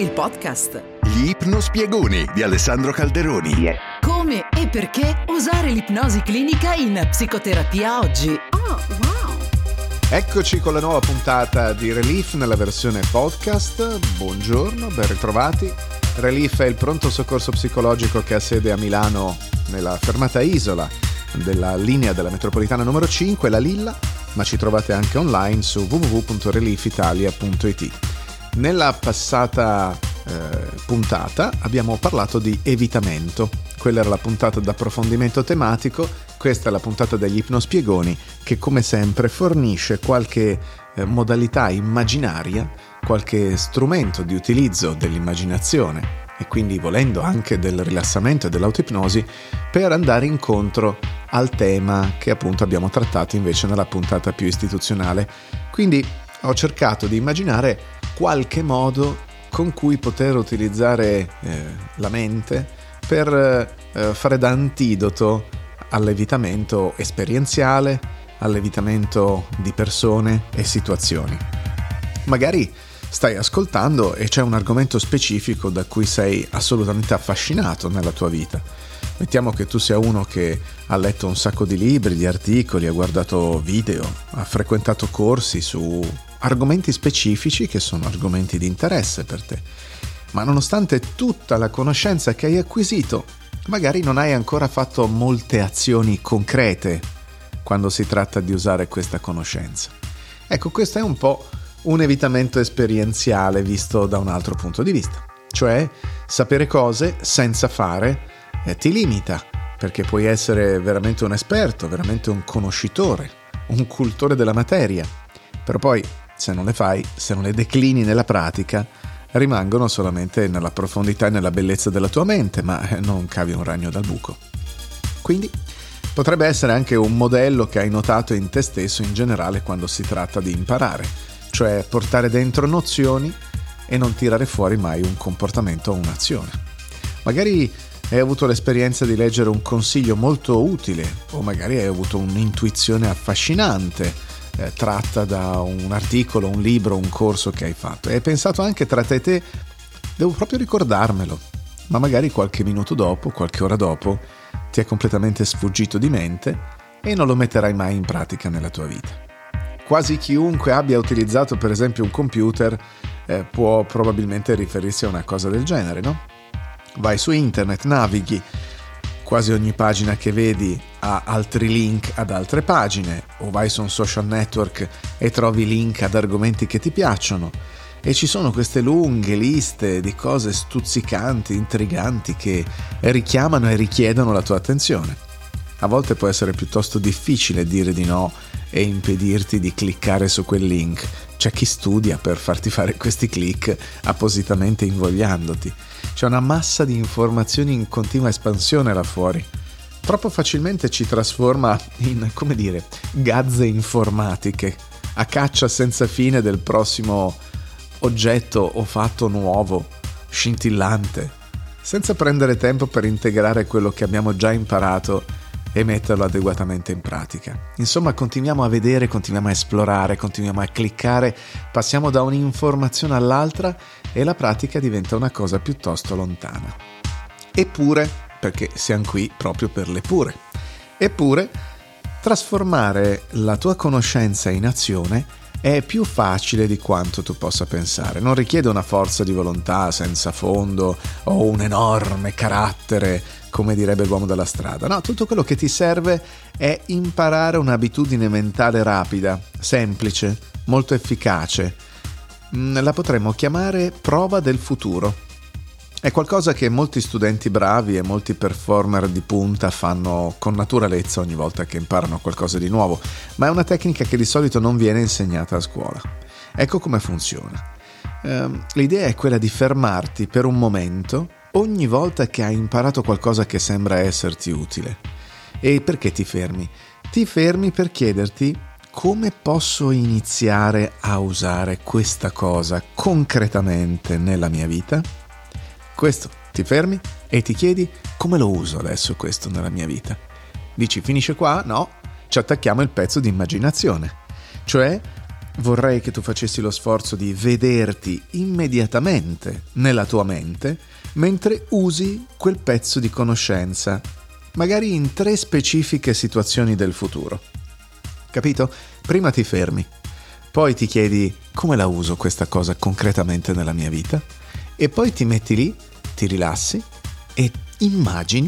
il podcast. Gli ipnospiegoni di Alessandro Calderoni. Come e perché usare l'ipnosi clinica in psicoterapia oggi. Oh, wow! Eccoci con la nuova puntata di Relief nella versione podcast. Buongiorno, ben ritrovati. Relief è il pronto soccorso psicologico che ha sede a Milano nella fermata Isola della linea della metropolitana numero 5, la Lilla, ma ci trovate anche online su www.reliefitalia.it. Nella passata puntata abbiamo parlato di evitamento. Quella era la puntata d'approfondimento tematico, questa è la puntata degli ipnospiegoni che come sempre fornisce qualche modalità immaginaria, qualche strumento di utilizzo dell'immaginazione e quindi volendo anche del rilassamento e dell'autoipnosi per andare incontro al tema che appunto abbiamo trattato invece nella puntata più istituzionale. Quindi ho cercato di immaginare qualche modo con cui poter utilizzare la mente per fare da antidoto all'evitamento esperienziale, all'evitamento di persone e situazioni. Magari stai ascoltando e c'è un argomento specifico da cui sei assolutamente affascinato nella tua vita. Mettiamo che tu sia uno che ha letto un sacco di libri, di articoli, ha guardato video, ha frequentato corsi su argomenti specifici che sono argomenti di interesse per te. Ma nonostante tutta la conoscenza che hai acquisito, magari non hai ancora fatto molte azioni concrete quando si tratta di usare questa conoscenza. Ecco, questo è un po' un evitamento esperienziale visto da un altro punto di vista. Cioè, sapere cose senza fare ti limita, perché puoi essere veramente un esperto, veramente un conoscitore, un cultore della materia, però poi se non le fai, se non le declini nella pratica, rimangono solamente nella profondità e nella bellezza della tua mente, ma non cavi un ragno dal buco. Quindi potrebbe essere anche un modello che hai notato in te stesso in generale quando si tratta di imparare, cioè portare dentro nozioni e non tirare fuori mai un comportamento o un'azione. Magari hai avuto l'esperienza di leggere un consiglio molto utile o magari hai avuto un'intuizione affascinante tratta da un articolo, un libro, un corso che hai fatto e hai pensato anche tra te e te devo proprio ricordarmelo, ma magari qualche minuto dopo, qualche ora dopo ti è completamente sfuggito di mente e non lo metterai mai in pratica nella tua vita. Quasi chiunque abbia utilizzato per esempio un computer può probabilmente riferirsi a una cosa del genere, no? Vai su internet, navighi, quasi ogni pagina che vedi ha altri link ad altre pagine, o vai su un social network e trovi link ad argomenti che ti piacciono e ci sono queste lunghe liste di cose stuzzicanti, intriganti che richiamano e richiedono la tua attenzione. A volte può essere piuttosto difficile dire di no e impedirti di cliccare su quel link. C'è chi studia per farti fare questi click appositamente invogliandoti. C'è una massa di informazioni in continua espansione là fuori. Troppo facilmente ci trasforma in, come dire, gazze informatiche, a caccia senza fine del prossimo oggetto o fatto nuovo, scintillante, senza prendere tempo per integrare quello che abbiamo già imparato e metterlo adeguatamente in pratica. Insomma, continuiamo a vedere, continuiamo a esplorare, continuiamo a cliccare, passiamo da un'informazione all'altra e la pratica diventa una cosa piuttosto lontana. Eppure, perché siamo qui proprio per le pure, eppure trasformare la tua conoscenza in azione è più facile di quanto tu possa pensare. Non richiede una forza di volontà senza fondo o un enorme carattere, come direbbe l'uomo della strada. No, tutto quello che ti serve è imparare un'abitudine mentale rapida, semplice, molto efficace. La potremmo chiamare prova del futuro. È qualcosa che molti studenti bravi e molti performer di punta fanno con naturalezza ogni volta che imparano qualcosa di nuovo, ma è una tecnica che di solito non viene insegnata a scuola. Ecco come funziona. L'idea è quella di fermarti per un momento ogni volta che hai imparato qualcosa che sembra esserti utile. E perché ti fermi? Ti fermi per chiederti come posso iniziare a usare questa cosa concretamente nella mia vita? Questo, ti fermi e ti chiedi come lo uso adesso questo nella mia vita. Dici finisce qua? No, ci attacchiamo il pezzo di immaginazione. Cioè vorrei che tu facessi lo sforzo di vederti immediatamente nella tua mente mentre usi quel pezzo di conoscenza, magari in 3 specifiche situazioni del futuro. Capito? Prima ti fermi, poi ti chiedi come la uso questa cosa concretamente nella mia vita, e poi ti metti lì, ti rilassi e immagini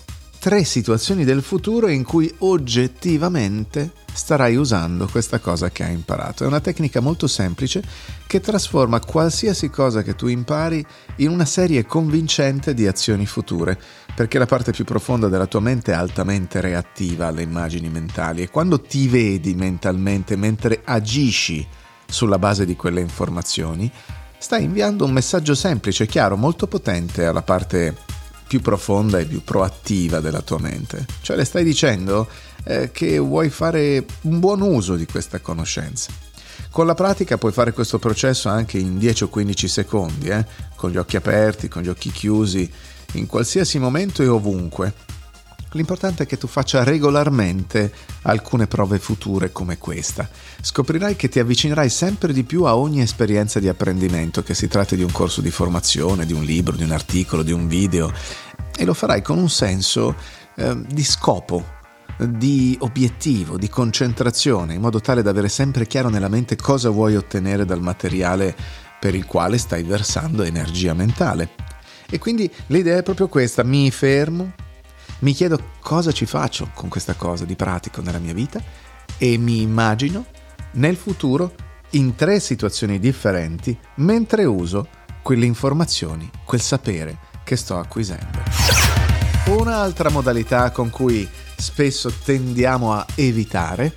3 situazioni del futuro in cui oggettivamente starai usando questa cosa che hai imparato. È una tecnica molto semplice che trasforma qualsiasi cosa che tu impari in una serie convincente di azioni future, perché la parte più profonda della tua mente è altamente reattiva alle immagini mentali, e quando ti vedi mentalmente mentre agisci sulla base di quelle informazioni, stai inviando un messaggio semplice, chiaro, molto potente alla parte più profonda e più proattiva della tua mente. Cioè le stai dicendo che vuoi fare un buon uso di questa conoscenza. Con la pratica puoi fare questo processo anche in 10 o 15 secondi, con gli occhi aperti, con gli occhi chiusi, in qualsiasi momento e ovunque. L'importante è che tu faccia regolarmente alcune prove future come questa. Scoprirai che ti avvicinerai sempre di più a ogni esperienza di apprendimento, che si tratti di un corso di formazione, di un libro, di un articolo, di un video, e lo farai con un senso di scopo, di obiettivo, di concentrazione, in modo tale da avere sempre chiaro nella mente cosa vuoi ottenere dal materiale per il quale stai versando energia mentale. E quindi l'idea è proprio questa: mi fermo, mi chiedo cosa ci faccio con questa cosa di pratico nella mia vita e mi immagino nel futuro in 3 situazioni differenti mentre uso quelle informazioni, quel sapere che sto acquisendo. Un'altra modalità con cui spesso tendiamo a evitare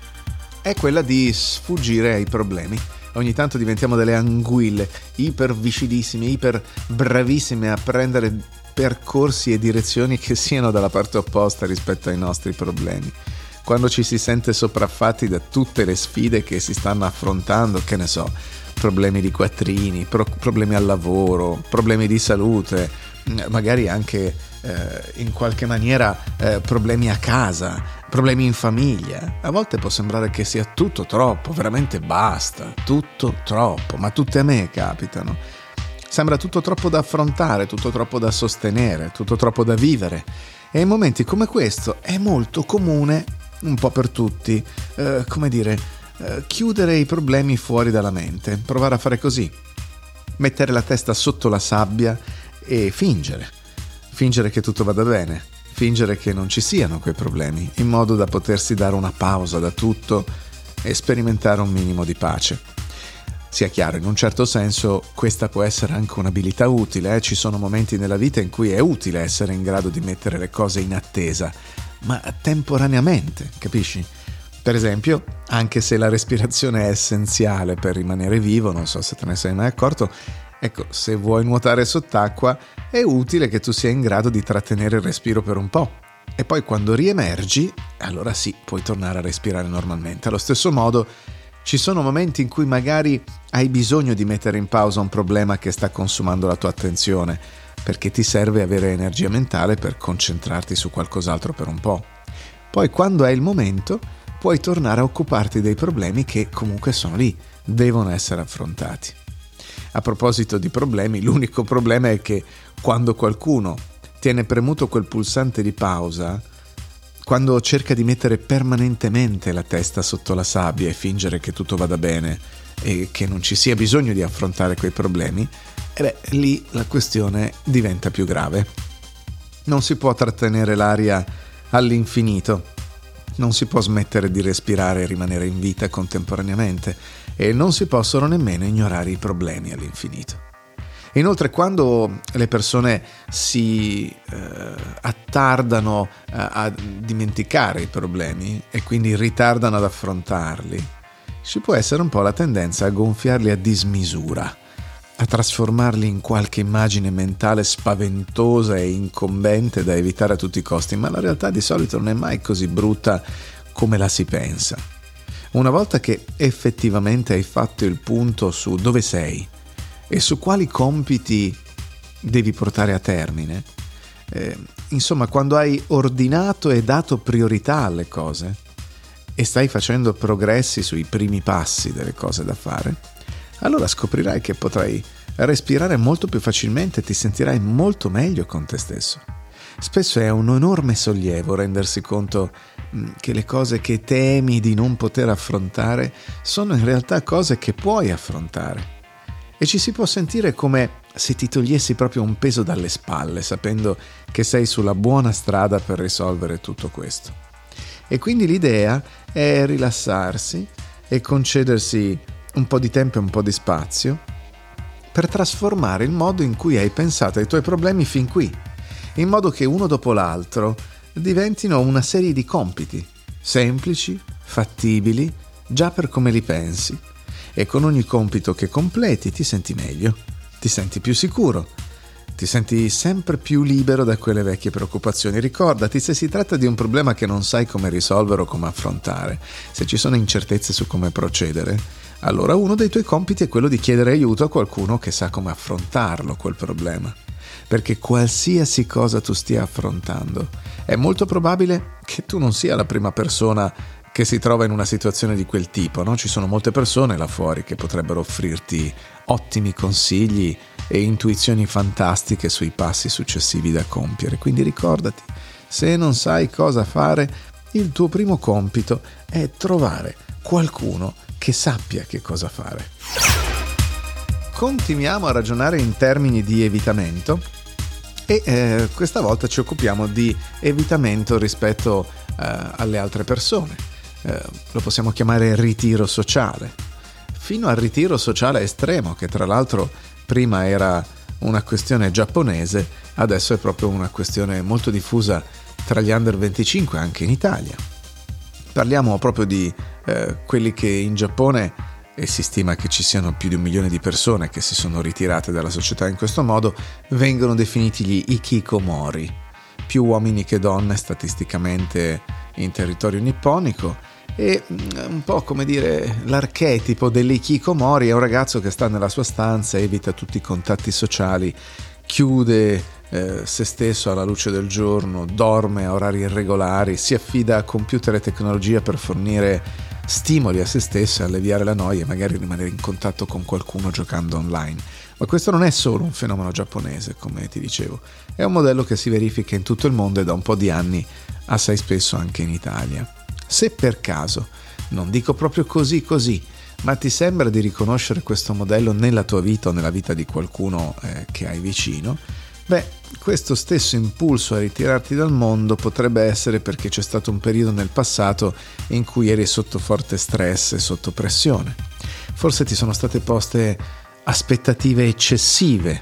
è quella di sfuggire ai problemi. Ogni tanto diventiamo delle anguille iper vicidissime, iper bravissime a prendere percorsi e direzioni che siano dalla parte opposta rispetto ai nostri problemi. Quando ci si sente sopraffatti da tutte le sfide che si stanno affrontando, che ne so, problemi di quattrini, problemi al lavoro, problemi di salute, magari anche in qualche maniera problemi a casa, problemi in famiglia, a volte può sembrare che sia tutto troppo, veramente basta, tutto troppo, ma tutte a me capitano. Sembra tutto troppo da affrontare, tutto troppo da sostenere, tutto troppo da vivere, e in momenti come questo è molto comune, un po' per tutti, chiudere i problemi fuori dalla mente, provare a fare così, mettere la testa sotto la sabbia e fingere che tutto vada bene, fingere che non ci siano quei problemi, in modo da potersi dare una pausa da tutto e sperimentare un minimo di pace. Sia chiaro, in un certo senso questa può essere anche un'abilità utile, ci sono momenti nella vita in cui è utile essere in grado di mettere le cose in attesa, ma temporaneamente, capisci? Per esempio, anche se la respirazione è essenziale per rimanere vivo, non so se te ne sei mai accorto, ecco, se vuoi nuotare sott'acqua è utile che tu sia in grado di trattenere il respiro per un po', e poi quando riemergi, allora sì, puoi tornare a respirare normalmente. Allo stesso modo, ci sono momenti in cui magari hai bisogno di mettere in pausa un problema che sta consumando la tua attenzione, perché ti serve avere energia mentale per concentrarti su qualcos'altro per un po'. Poi, quando è il momento, puoi tornare a occuparti dei problemi che comunque sono lì, devono essere affrontati. A proposito di problemi, l'unico problema è che quando qualcuno tiene premuto quel pulsante di pausa, quando cerca di mettere permanentemente la testa sotto la sabbia e fingere che tutto vada bene e che non ci sia bisogno di affrontare quei problemi, lì la questione diventa più grave. Non si può trattenere l'aria all'infinito, non si può smettere di respirare e rimanere in vita contemporaneamente, e non si possono nemmeno ignorare i problemi all'infinito. Inoltre, quando le persone si attardano a dimenticare i problemi e quindi ritardano ad affrontarli, ci può essere un po' la tendenza a gonfiarli a dismisura, a trasformarli in qualche immagine mentale spaventosa e incombente da evitare a tutti i costi, ma la realtà di solito non è mai così brutta come la si pensa. Una volta che effettivamente hai fatto il punto su dove sei e su quali compiti devi portare a termine, insomma, quando hai ordinato e dato priorità alle cose, e stai facendo progressi sui primi passi delle cose da fare, allora scoprirai che potrai respirare molto più facilmente e ti sentirai molto meglio con te stesso. Spesso è un enorme sollievo rendersi conto che le cose che temi di non poter affrontare sono in realtà cose che puoi affrontare. E ci si può sentire come se ti togliessi proprio un peso dalle spalle, sapendo che sei sulla buona strada per risolvere tutto questo. E quindi l'idea è rilassarsi e concedersi un po' di tempo e un po' di spazio per trasformare il modo in cui hai pensato ai tuoi problemi fin qui, in modo che uno dopo l'altro diventino una serie di compiti, semplici, fattibili, già per come li pensi. E con ogni compito che completi ti senti meglio, ti senti più sicuro, ti senti sempre più libero da quelle vecchie preoccupazioni. Ricordati, se si tratta di un problema che non sai come risolvere o come affrontare, se ci sono incertezze su come procedere, allora uno dei tuoi compiti è quello di chiedere aiuto a qualcuno che sa come affrontarlo, quel problema. Perché qualsiasi cosa tu stia affrontando, è molto probabile che tu non sia la prima persona che si trova in una situazione di quel tipo, no? Ci sono molte persone là fuori che potrebbero offrirti ottimi consigli e intuizioni fantastiche sui passi successivi da compiere. Quindi ricordati, se non sai cosa fare, il tuo primo compito è trovare qualcuno che sappia che cosa fare. Continuiamo a ragionare in termini di evitamento e questa volta ci occupiamo di evitamento rispetto alle altre persone. Lo possiamo chiamare ritiro sociale, fino al ritiro sociale estremo, che tra l'altro prima era una questione giapponese, adesso è proprio una questione molto diffusa tra gli under 25 anche in Italia. Parliamo proprio di quelli che in Giappone, e si stima che ci siano più di 1 milione di persone che si sono ritirate dalla società in questo modo, vengono definiti gli hikikomori, più uomini che donne statisticamente in territorio nipponico. E un po' come dire, l'archetipo dell'ikikomori è un ragazzo che sta nella sua stanza, evita tutti i contatti sociali, chiude se stesso alla luce del giorno, dorme a orari irregolari, si affida a computer e tecnologia per fornire stimoli a se stesso e alleviare la noia e magari rimanere in contatto con qualcuno giocando online. Ma questo non è solo un fenomeno giapponese, come ti dicevo, è un modello che si verifica in tutto il mondo e da un po' di anni assai spesso anche in Italia. Se per caso, non dico proprio così, ma ti sembra di riconoscere questo modello nella tua vita o nella vita di qualcuno che hai vicino, questo stesso impulso a ritirarti dal mondo potrebbe essere perché c'è stato un periodo nel passato in cui eri sotto forte stress e sotto pressione. Forse ti sono state poste aspettative eccessive,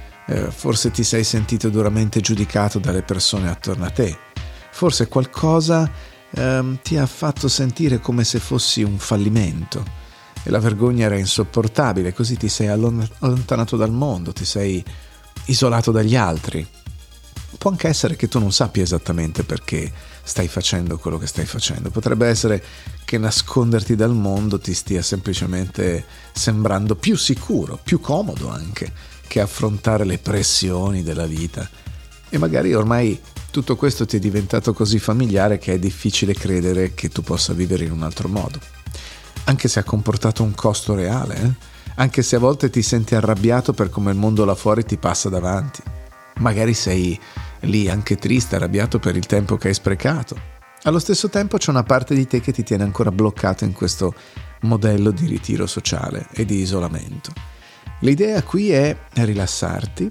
forse ti sei sentito duramente giudicato dalle persone attorno a te, forse qualcosa ti ha fatto sentire come se fossi un fallimento e la vergogna era insopportabile, così ti sei allontanato dal mondo, ti sei isolato dagli altri. Può anche essere che tu non sappia esattamente perché stai facendo quello che stai facendo, potrebbe essere che nasconderti dal mondo ti stia semplicemente sembrando più sicuro, più comodo anche, che affrontare le pressioni della vita. E magari ormai tutto questo ti è diventato così familiare che è difficile credere che tu possa vivere in un altro modo. Anche se ha comportato un costo reale, anche se a volte ti senti arrabbiato per come il mondo là fuori ti passa davanti. Magari sei lì anche triste, arrabbiato per il tempo che hai sprecato. Allo stesso tempo c'è una parte di te che ti tiene ancora bloccato in questo modello di ritiro sociale e di isolamento. L'idea qui è rilassarti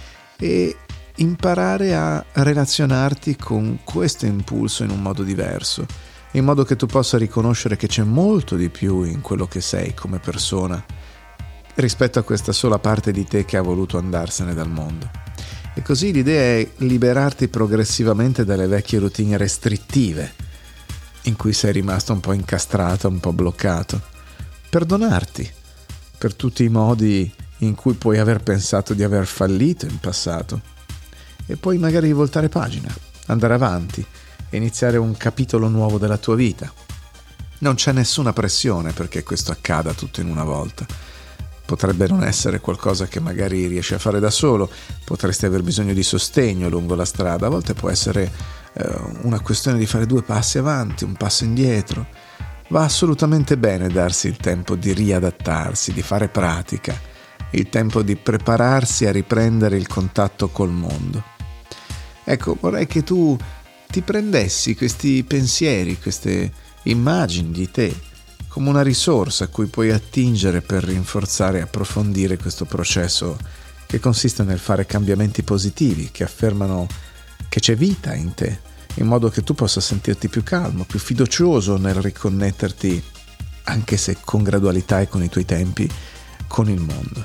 e imparare a relazionarti con questo impulso in un modo diverso, in modo che tu possa riconoscere che c'è molto di più in quello che sei come persona rispetto a questa sola parte di te che ha voluto andarsene dal mondo. E così l'idea è liberarti progressivamente dalle vecchie routine restrittive in cui sei rimasto un po' incastrato, un po' bloccato. Perdonarti per tutti i modi in cui puoi aver pensato di aver fallito in passato e poi magari voltare pagina, andare avanti e iniziare un capitolo nuovo della tua vita. Non c'è nessuna pressione perché questo accada tutto in una volta. Potrebbe non essere qualcosa che magari riesci a fare da solo, potresti aver bisogno di sostegno lungo la strada, a volte può essere una questione di fare 2 passi avanti, un passo indietro, va assolutamente bene darsi il tempo di riadattarsi, di fare pratica, il tempo di prepararsi a riprendere il contatto col mondo. Ecco, vorrei che tu ti prendessi questi pensieri, queste immagini di te come una risorsa a cui puoi attingere per rinforzare e approfondire questo processo che consiste nel fare cambiamenti positivi che affermano che c'è vita in te, in modo che tu possa sentirti più calmo, più fiducioso nel riconnetterti, anche se con gradualità e con i tuoi tempi, con il mondo.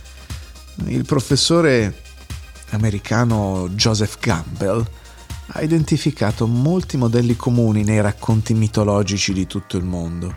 Il professore americano Joseph Campbell ha identificato molti modelli comuni nei racconti mitologici di tutto il mondo,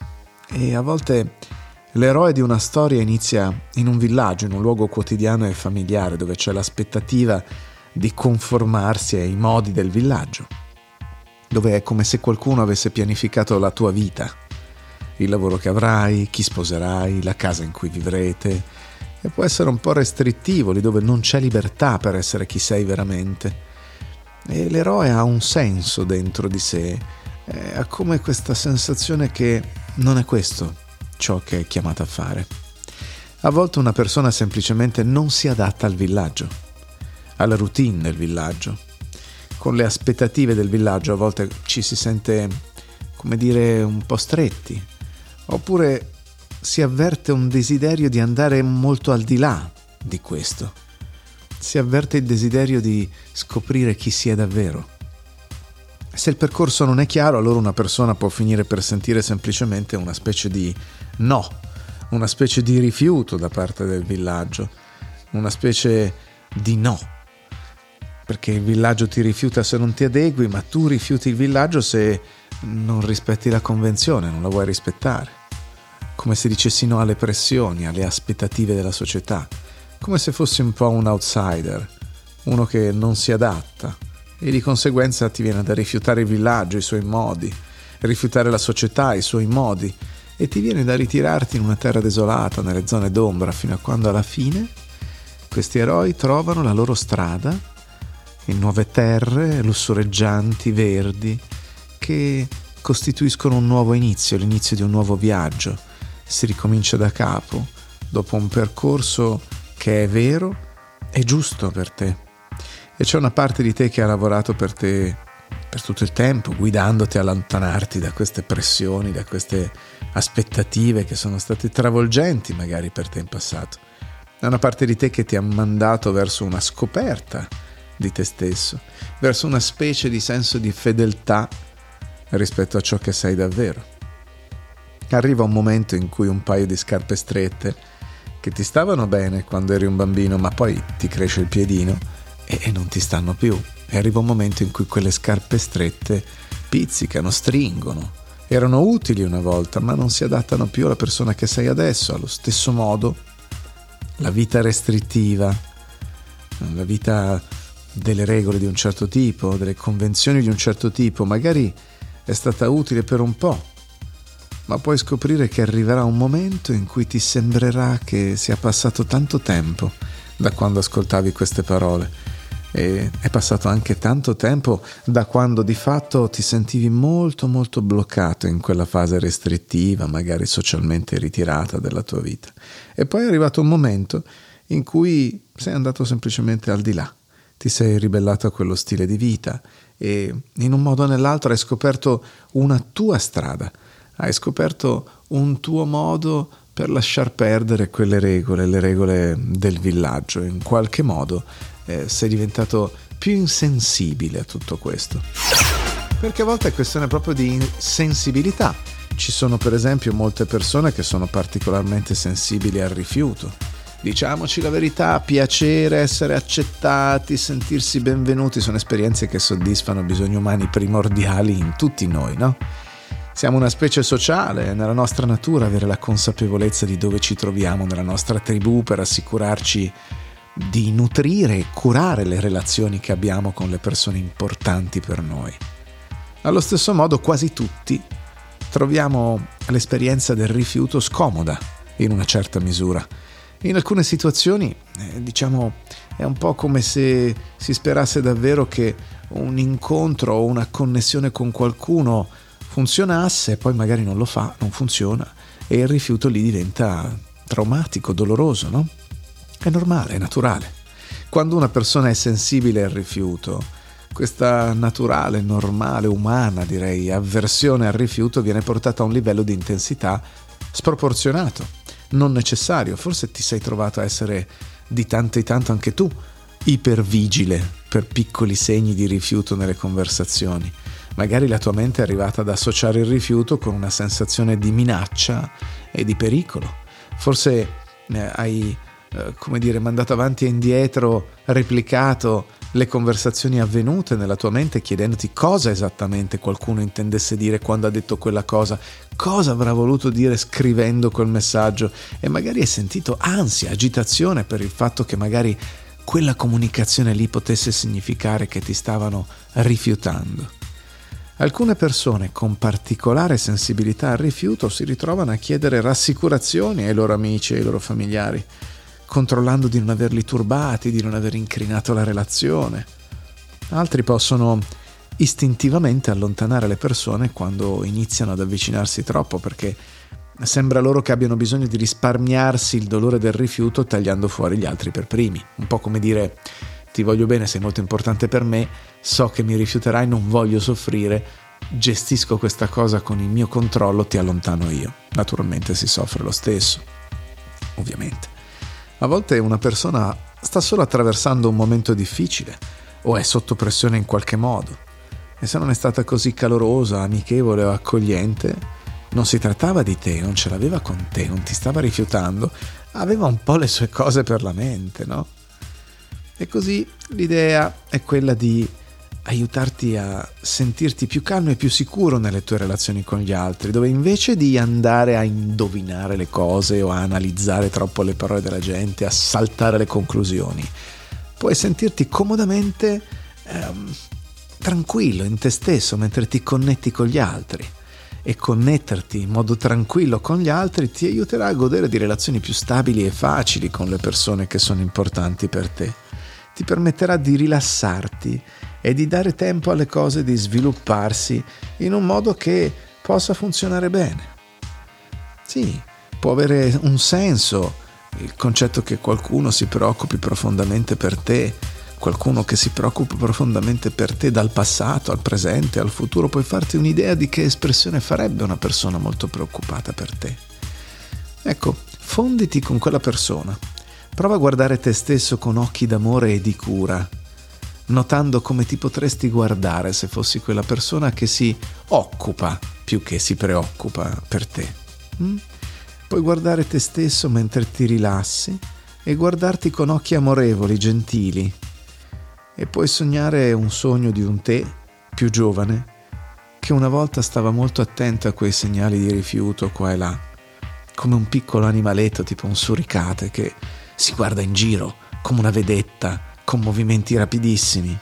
e a volte l'eroe di una storia inizia in un villaggio, in un luogo quotidiano e familiare, dove c'è l'aspettativa di conformarsi ai modi del villaggio, dove è come se qualcuno avesse pianificato la tua vita, il lavoro che avrai, chi sposerai, la casa in cui vivrete, e può essere un po' restrittivo, lì dove non c'è libertà per essere chi sei veramente. E l'eroe ha un senso dentro di sé, ha come questa sensazione che non è questo ciò che è chiamato a fare. A volte una persona semplicemente non si adatta al villaggio, alla routine del villaggio. Con le aspettative del villaggio a volte ci si sente, come dire, un po' stretti, oppure si avverte un desiderio di andare molto al di là di questo. Si avverte il desiderio di scoprire chi si è davvero. Se il percorso non è chiaro, allora una persona può finire per sentire semplicemente una specie di no, una specie di rifiuto da parte del villaggio, una specie di no, perché il villaggio ti rifiuta se non ti adegui, ma tu rifiuti il villaggio se non rispetti la convenzione, non la vuoi rispettare. Come se dicessi no alle pressioni, alle aspettative della società, come se fossi un po' un outsider, uno che non si adatta, e di conseguenza ti viene da rifiutare il villaggio, i suoi modi, rifiutare la società, i suoi modi, e ti viene da ritirarti in una terra desolata, nelle zone d'ombra, fino a quando alla fine questi eroi trovano la loro strada in nuove terre lussureggianti, verdi, che costituiscono un nuovo inizio, l'inizio di un nuovo viaggio. Si ricomincia da capo, dopo un percorso che è vero e giusto per te. E c'è una parte di te che ha lavorato per te per tutto il tempo, guidandoti a allontanarti da queste pressioni, da queste aspettative che sono state travolgenti magari per te in passato. È una parte di te che ti ha mandato verso una scoperta di te stesso, verso una specie di senso di fedeltà rispetto a ciò che sei davvero. Arriva un momento in cui un paio di scarpe strette che ti stavano bene quando eri un bambino, ma poi ti cresce il piedino e non ti stanno più. E arriva un momento in cui quelle scarpe strette pizzicano, stringono. Erano utili una volta, ma non si adattano più alla persona che sei adesso. Allo stesso modo, la vita restrittiva, la vita delle regole di un certo tipo, delle convenzioni di un certo tipo, magari è stata utile per un po', ma puoi scoprire che arriverà un momento in cui ti sembrerà che sia passato tanto tempo da quando ascoltavi queste parole, e è passato anche tanto tempo da quando di fatto ti sentivi molto molto bloccato in quella fase restrittiva, magari socialmente ritirata della tua vita, e poi è arrivato un momento in cui sei andato semplicemente al di là, ti sei ribellato a quello stile di vita e in un modo o nell'altro hai scoperto una tua strada. Hai scoperto un tuo modo per lasciar perdere quelle regole, le regole del villaggio. In qualche modo sei diventato più insensibile a tutto questo. Perché a volte è questione proprio di sensibilità. Ci sono per esempio molte persone che sono particolarmente sensibili al rifiuto. Diciamoci la verità, piacere, essere accettati, sentirsi benvenuti sono esperienze che soddisfano bisogni umani primordiali in tutti noi, no? Siamo una specie sociale, è nella nostra natura avere la consapevolezza di dove ci troviamo nella nostra tribù per assicurarci di nutrire e curare le relazioni che abbiamo con le persone importanti per noi. Allo stesso modo quasi tutti troviamo l'esperienza del rifiuto scomoda in una certa misura. In alcune situazioni, è un po' come se si sperasse davvero che un incontro o una connessione con qualcuno funzionasse, poi magari non lo fa, non funziona e il rifiuto lì diventa traumatico, doloroso, no? È normale, è naturale. Quando una persona è sensibile al rifiuto, questa naturale, normale, umana, direi, avversione al rifiuto viene portata a un livello di intensità sproporzionato, non necessario. Forse ti sei trovato a essere di tanto in tanto anche tu ipervigile per piccoli segni di rifiuto nelle conversazioni. Magari la tua mente è arrivata ad associare il rifiuto con una sensazione di minaccia e di pericolo. Forse hai mandato avanti e indietro, replicato le conversazioni avvenute nella tua mente chiedendoti cosa esattamente qualcuno intendesse dire quando ha detto quella cosa avrà voluto dire scrivendo quel messaggio, e magari hai sentito ansia, agitazione per il fatto che magari quella comunicazione lì potesse significare che ti stavano rifiutando. Alcune persone con particolare sensibilità al rifiuto si ritrovano a chiedere rassicurazioni ai loro amici e ai loro familiari, controllando di non averli turbati, di non aver incrinato la relazione. Altri possono istintivamente allontanare le persone quando iniziano ad avvicinarsi troppo, perché sembra loro che abbiano bisogno di risparmiarsi il dolore del rifiuto tagliando fuori gli altri per primi. Un po' come dire: ti voglio bene, sei molto importante per me, so che mi rifiuterai, non voglio soffrire, gestisco questa cosa con il mio controllo, ti allontano io. Naturalmente si soffre lo stesso, ovviamente. A volte una persona sta solo attraversando un momento difficile o è sotto pressione in qualche modo, e se non è stata così calorosa, amichevole o accogliente, non si trattava di te, non ce l'aveva con te, non ti stava rifiutando, aveva un po' le sue cose per la mente, no? E così l'idea è quella di aiutarti a sentirti più calmo e più sicuro nelle tue relazioni con gli altri, dove invece di andare a indovinare le cose o a analizzare troppo le parole della gente, a saltare le conclusioni, puoi sentirti comodamente tranquillo in te stesso mentre ti connetti con gli altri. E connetterti in modo tranquillo con gli altri ti aiuterà a godere di relazioni più stabili e facili con le persone che sono importanti per te. Ti permetterà di rilassarti e di dare tempo alle cose di svilupparsi in un modo che possa funzionare bene. Sì, può avere un senso il concetto che qualcuno si preoccupi profondamente per te, qualcuno che si preoccupa profondamente per te dal passato al presente al futuro. Puoi farti un'idea di che espressione farebbe una persona molto preoccupata per te. Ecco, fonditi con quella persona. Prova a guardare te stesso con occhi d'amore e di cura, notando come ti potresti guardare se fossi quella persona che si occupa più che si preoccupa per te. Puoi guardare te stesso mentre ti rilassi e guardarti con occhi amorevoli, gentili, e puoi sognare un sogno di un te più giovane che una volta stava molto attento a quei segnali di rifiuto qua e là, come un piccolo animaletto tipo un suricate che si guarda in giro come una vedetta con movimenti rapidissimi.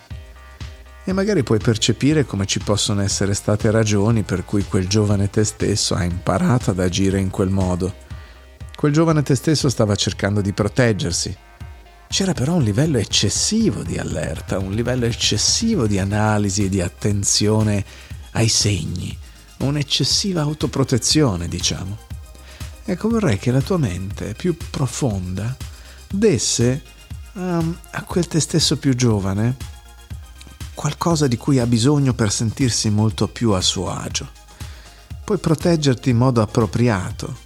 E magari puoi percepire come ci possono essere state ragioni per cui quel giovane te stesso ha imparato ad agire in quel modo. Quel giovane te stesso stava cercando di proteggersi. C'era però un livello eccessivo di allerta, un livello eccessivo di analisi e di attenzione ai segni, un'eccessiva autoprotezione, diciamo. Ecco, vorrei che la tua mente più profonda desse a quel te stesso più giovane qualcosa di cui ha bisogno per sentirsi molto più a suo agio. Puoi proteggerti in modo appropriato.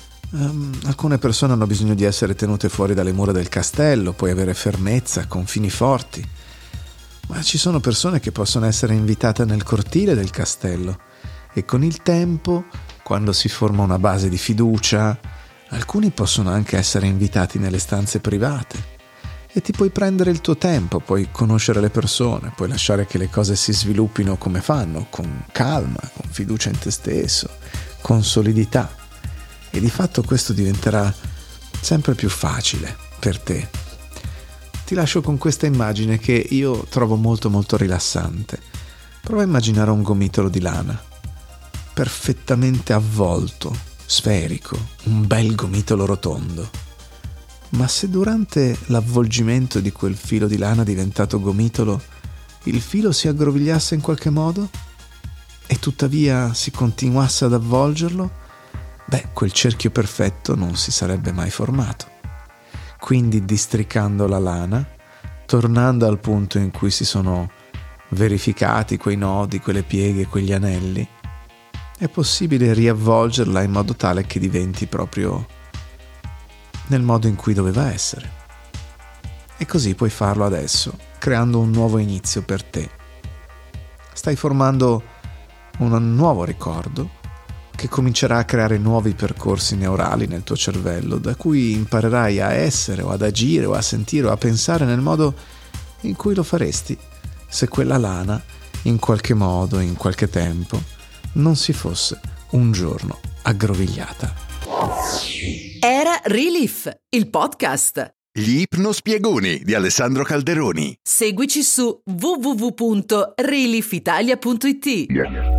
Alcune persone hanno bisogno di essere tenute fuori dalle mura del castello, puoi avere fermezza, confini forti, ma ci sono persone che possono essere invitate nel cortile del castello, e con il tempo, quando si forma una base di fiducia, alcuni possono anche essere invitati nelle stanze private. E ti puoi prendere il tuo tempo, puoi conoscere le persone, puoi lasciare che le cose si sviluppino come fanno, con calma, con fiducia in te stesso, con solidità. E di fatto questo diventerà sempre più facile per te. Ti lascio con questa immagine che io trovo molto molto rilassante. Prova a immaginare un gomitolo di lana, perfettamente avvolto, sferico, un bel gomitolo rotondo. Ma se durante l'avvolgimento di quel filo di lana diventato gomitolo, il filo si aggrovigliasse in qualche modo? e tuttavia si continuasse ad avvolgerlo, quel cerchio perfetto non si sarebbe mai formato. Quindi districando la lana, tornando al punto in cui si sono verificati quei nodi, quelle pieghe, quegli anelli, è possibile riavvolgerla in modo tale che diventi proprio nel modo in cui doveva essere. E così puoi farlo adesso, creando un nuovo inizio per te. Stai formando un nuovo ricordo che comincerà a creare nuovi percorsi neurali nel tuo cervello, da cui imparerai a essere o ad agire o a sentire o a pensare nel modo in cui lo faresti se quella lana, in qualche modo, in qualche tempo, non si fosse un giorno aggrovigliata. Era Relief, il podcast. Gli ipnospiegoni di Alessandro Calderoni. Seguici su www.reliefitalia.it.